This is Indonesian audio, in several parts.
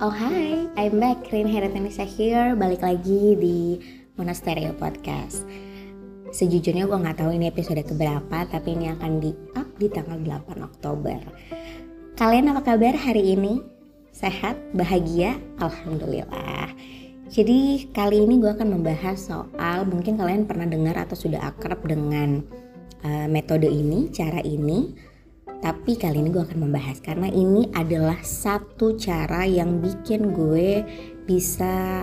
Oh hai, I'm back, Rin Heratanisa here, balik lagi di Monasterio Podcast. Sejujurnya gue gak tahu ini episode keberapa, tapi ini akan di-up di tanggal 8 Oktober. Kalian apa kabar hari ini? Sehat? Bahagia? Alhamdulillah. Jadi kali ini gue akan membahas soal, mungkin kalian pernah dengar atau sudah akrab dengan metode ini, cara ini. Tapi kali ini gue akan membahas karena ini adalah satu cara yang bikin gue bisa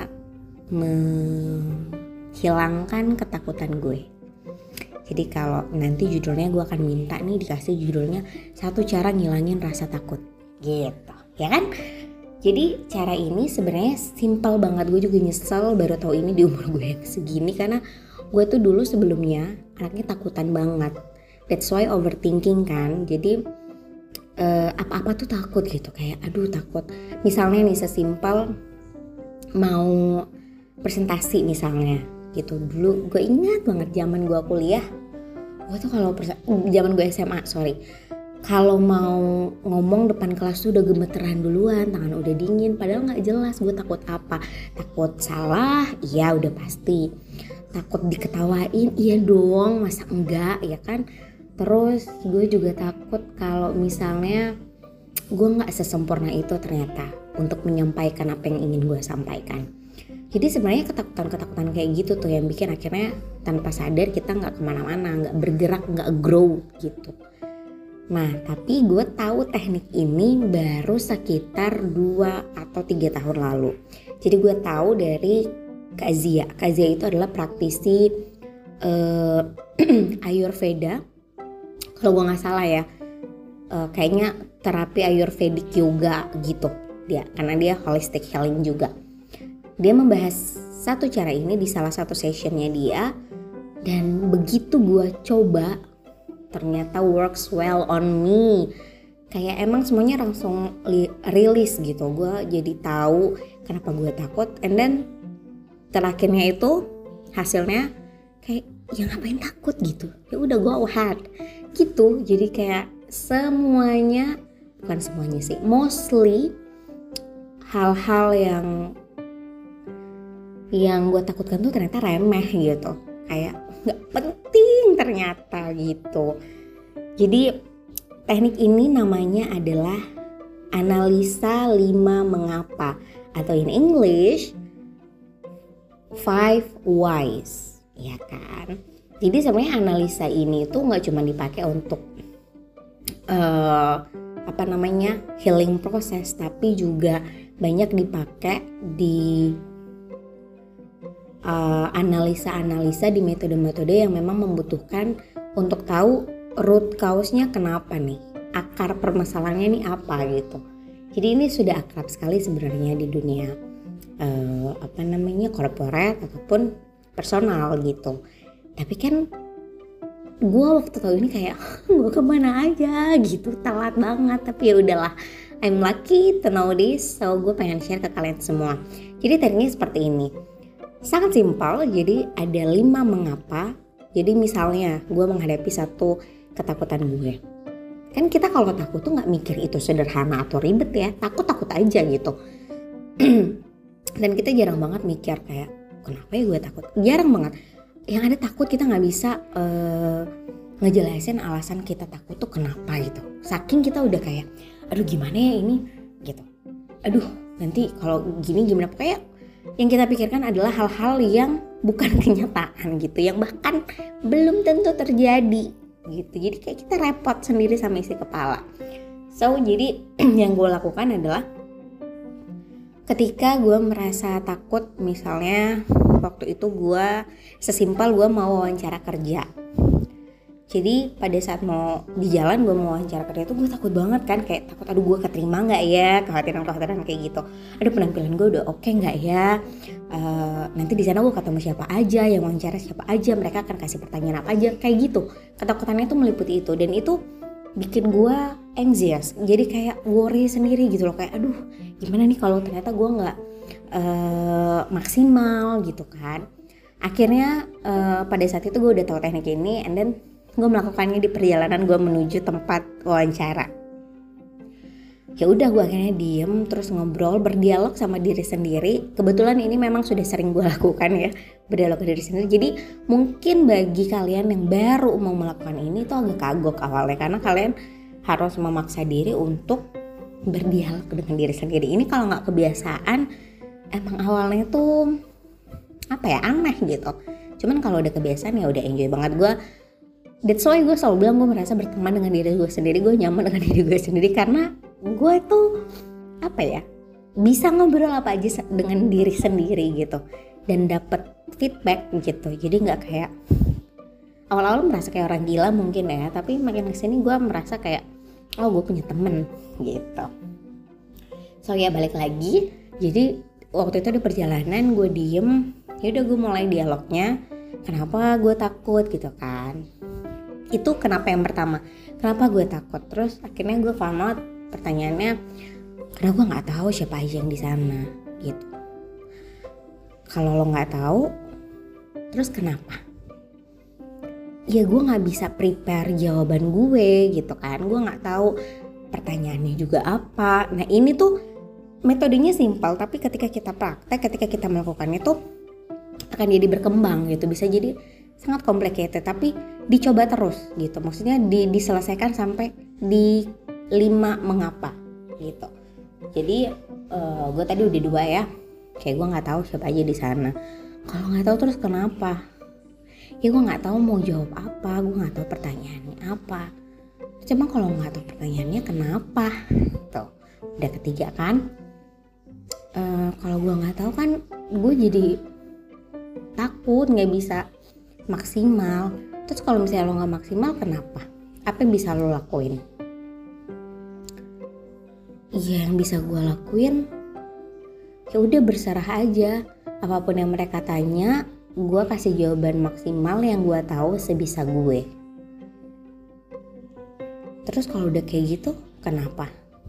menghilangkan ketakutan gue. Jadi kalau nanti judulnya gue akan minta nih dikasih judulnya satu cara ngilangin rasa takut gitu, ya kan? Jadi cara ini sebenarnya simpel banget. Gue juga nyesel baru tahu ini di umur gue yang segini karena gue tuh dulu sebelumnya anaknya takutan banget. That's why overthinking kan. Jadi apa-apa tuh takut gitu. Kayak aduh takut. Misalnya nih sesimpel mau presentasi misalnya gitu. Dulu gue ingat banget zaman gue kuliah. Gue tuh kalau zaman gue SMA kalau mau ngomong depan kelas tuh udah gemeteran duluan. Tangan udah dingin. Padahal gak jelas gue takut apa. Takut salah? Iya udah pasti. Takut diketawain? Iya dong, masa enggak ya kan. Terus gue juga takut kalau misalnya gue gak sesempurna itu ternyata untuk menyampaikan apa yang ingin gue sampaikan. Jadi sebenarnya ketakutan-ketakutan kayak gitu tuh yang bikin akhirnya tanpa sadar kita gak kemana-mana, gak bergerak, gak grow gitu. Nah tapi gue tahu teknik ini baru sekitar 2 atau 3 tahun lalu. Jadi gue tahu dari Kak Zia. Kak Zia itu adalah praktisi Ayurveda. Kalau gue gak salah ya, kayaknya terapi Ayurvedic yoga gitu dia, karena dia holistic healing juga. Dia membahas satu cara ini di salah satu sessionnya dia, dan begitu gue coba ternyata works well on me. Kayak emang semuanya langsung rilis gitu. Gue jadi tahu kenapa gue takut, and then terakhirnya itu hasilnya kayak ya ngapain takut gitu, ya udah go ahead gitu. Jadi kayak semuanya, bukan semuanya sih, mostly hal-hal yang gue takutkan tuh ternyata remeh gitu, kayak nggak penting ternyata gitu. Jadi teknik ini namanya adalah analisa 5 mengapa, atau in English 5 whys, ya kan? Jadi sebenarnya analisa ini tuh nggak cuma dipakai untuk healing proses, tapi juga banyak dipakai di analisa-analisa di metode-metode yang memang membutuhkan untuk tahu root cause-nya kenapa nih, akar permasalahannya nih apa gitu. Jadi ini sudah akrab sekali sebenarnya di dunia corporate ataupun personal gitu. Tapi kan gue waktu tahu ini kayak gue kemana aja gitu, telat banget. Tapi ya udahlah, I'm lucky to know this, so gue pengen share ke kalian semua. Jadi tekniknya seperti ini, sangat simpel. Jadi ada 5 mengapa. Jadi misalnya gue menghadapi satu ketakutan gue, kan kita kalau takut tuh nggak mikir itu sederhana atau ribet ya, takut aja gitu. Dan kita jarang banget mikir kayak kenapa ya gue takut, jarang banget. Yang ada takut kita nggak bisa ngejelasin alasan kita takut tuh kenapa gitu. Saking kita udah kayak aduh gimana ya ini gitu, aduh nanti kalau gini gimana. Pokoknya yang kita pikirkan adalah hal-hal yang bukan kenyataan gitu, yang bahkan belum tentu terjadi gitu. Jadi kayak kita repot sendiri sama isi kepala. So jadi yang gue lakukan adalah ketika gue merasa takut, misalnya waktu itu gue sesimpel gue mau wawancara kerja. Jadi pada saat mau di jalan gue mau wawancara kerja tuh gue takut banget kan, kayak takut aduh gue keterima nggak ya, kekhawatiran kayak gitu. Aduh penampilan gue udah oke nggak ya, nanti di sana gue ketemu siapa aja, yang wawancara siapa aja, mereka akan kasih pertanyaan apa aja, kayak gitu. Ketakutannya tuh meliputi itu, dan itu bikin gue anxious. Jadi kayak worry sendiri gitu loh, kayak aduh gimana nih kalau ternyata gue nggak maksimal gitu kan. Akhirnya pada saat itu gue udah tahu teknik ini, and then gue melakukannya di perjalanan gue menuju tempat wawancara. Ya udah gue akhirnya diem terus ngobrol berdialog sama diri sendiri. Kebetulan ini memang sudah sering gue lakukan ya, berdialog ke diri sendiri. Jadi mungkin bagi kalian yang baru mau melakukan ini tuh agak kagok awalnya, karena kalian harus memaksa diri untuk berdialog dengan diri sendiri. Ini kalau nggak kebiasaan emang awalnya tuh aneh gitu. Cuman kalau udah kebiasaan ya udah enjoy banget. That's why gue selalu bilang gue merasa berteman dengan diri gue sendiri, gue nyaman dengan diri gue sendiri, karena gue tuh bisa ngobrol apa aja dengan diri sendiri gitu dan dapet feedback gitu. Jadi nggak kayak awal-awal merasa kayak orang gila mungkin ya, tapi makin kesini gue merasa kayak gue punya temen gitu. So ya balik lagi, jadi waktu itu di perjalanan gue diem, ya udah gue mulai dialognya. Kenapa gue takut gitu kan? Itu kenapa yang pertama, kenapa gue takut. Terus akhirnya gue found out pertanyaannya, karena gue nggak tahu siapa aja yang di sana gitu. Kalau lo nggak tahu, terus kenapa? Ya gue nggak bisa prepare jawaban gue gitu kan. Gue nggak tahu pertanyaannya juga apa. Nah ini tuh metodenya simpel, tapi ketika kita praktek, ketika kita melakukannya tuh akan jadi berkembang gitu. Bisa jadi sangat complicated, tapi dicoba terus gitu. Maksudnya diselesaikan sampai di 5 mengapa gitu. Jadi gue tadi udah 2 ya. Kayak gue nggak tahu siapa aja di sana. Kalau nggak tahu terus kenapa? Ya gue nggak tahu mau jawab apa. Gue nggak tahu pertanyaannya apa. Cuma kalau nggak tahu pertanyaannya kenapa? Tuh udah ketiga kan. Kalau gue nggak tahu kan, gue jadi takut nggak bisa maksimal. Terus kalau misalnya lo nggak maksimal kenapa? Apa yang bisa lo lakuin? Iya, yang bisa gue lakuin ya udah berserah aja. Apapun yang mereka tanya, gue kasih jawaban maksimal yang gue tahu sebisa gue. Terus kalau udah kayak gitu, kenapa?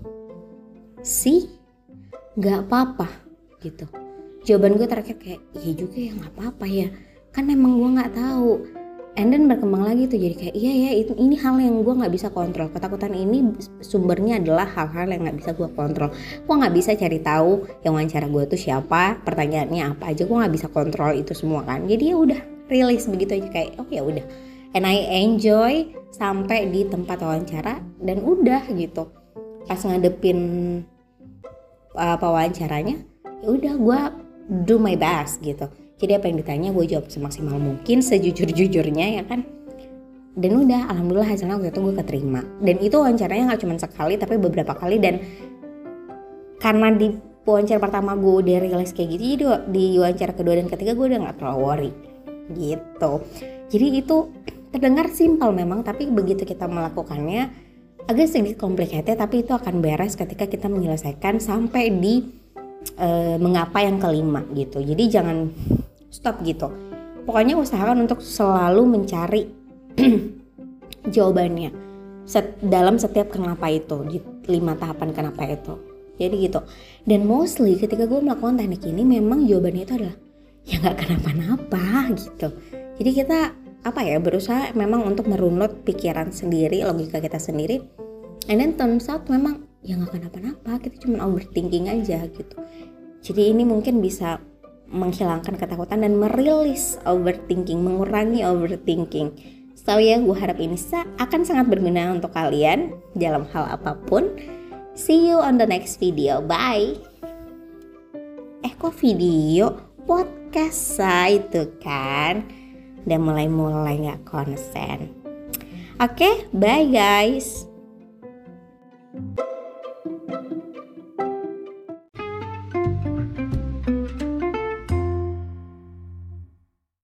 Nggak apa-apa gitu. Jawaban gue terakhir kayak, iya juga ya nggak apa-apa ya. Kan emang gue nggak tahu. And then berkembang lagi tuh jadi kayak iya ya ini hal yang gue nggak bisa kontrol. Ketakutan ini sumbernya adalah hal-hal yang nggak bisa gue kontrol. Gue nggak bisa cari tahu yang wawancara gue tuh siapa, pertanyaannya apa aja. Gue nggak bisa kontrol itu semua kan. Jadi ya udah rilis begitu aja kayak ya udah. And I enjoy sampai di tempat wawancara dan udah gitu. Pas ngadepin wawancaranya, ya udah gue do my best gitu. Jadi apa yang ditanya gue jawab semaksimal mungkin, sejujur-jujurnya ya kan. Dan udah alhamdulillah hasilnya waktu itu gue keterima. Dan itu wawancaranya gak cuma sekali tapi beberapa kali. Dan karena di wawancara pertama gue udah rilis kayak gitu, jadi di wawancara kedua dan ketiga gue udah gak terlalu worry gitu. Jadi itu terdengar simpel memang, tapi begitu kita melakukannya agak sedikit complicated. Tapi itu akan beres ketika kita menyelesaikan sampai di mengapa yang kelima gitu. Jadi jangan stop gitu. Pokoknya usahakan untuk selalu mencari jawabannya dalam setiap kenapa itu, di 5 tahapan kenapa itu. Jadi gitu. Dan mostly ketika gue melakukan teknik ini memang jawabannya itu adalah ya gak kenapa-napa gitu. Jadi kita berusaha memang untuk merunut pikiran sendiri, logika kita sendiri. And then turns out memang ya gak kenapa-napa, kita cuma overthinking aja gitu. Jadi ini mungkin bisa menghilangkan ketakutan dan merilis overthinking, mengurangi overthinking. So ya, gue harap ini akan sangat berguna untuk kalian dalam hal apapun. See you on the next video. Bye. Kok video? Podcast itu kan. Udah mulai gak konsen. Oke, bye guys.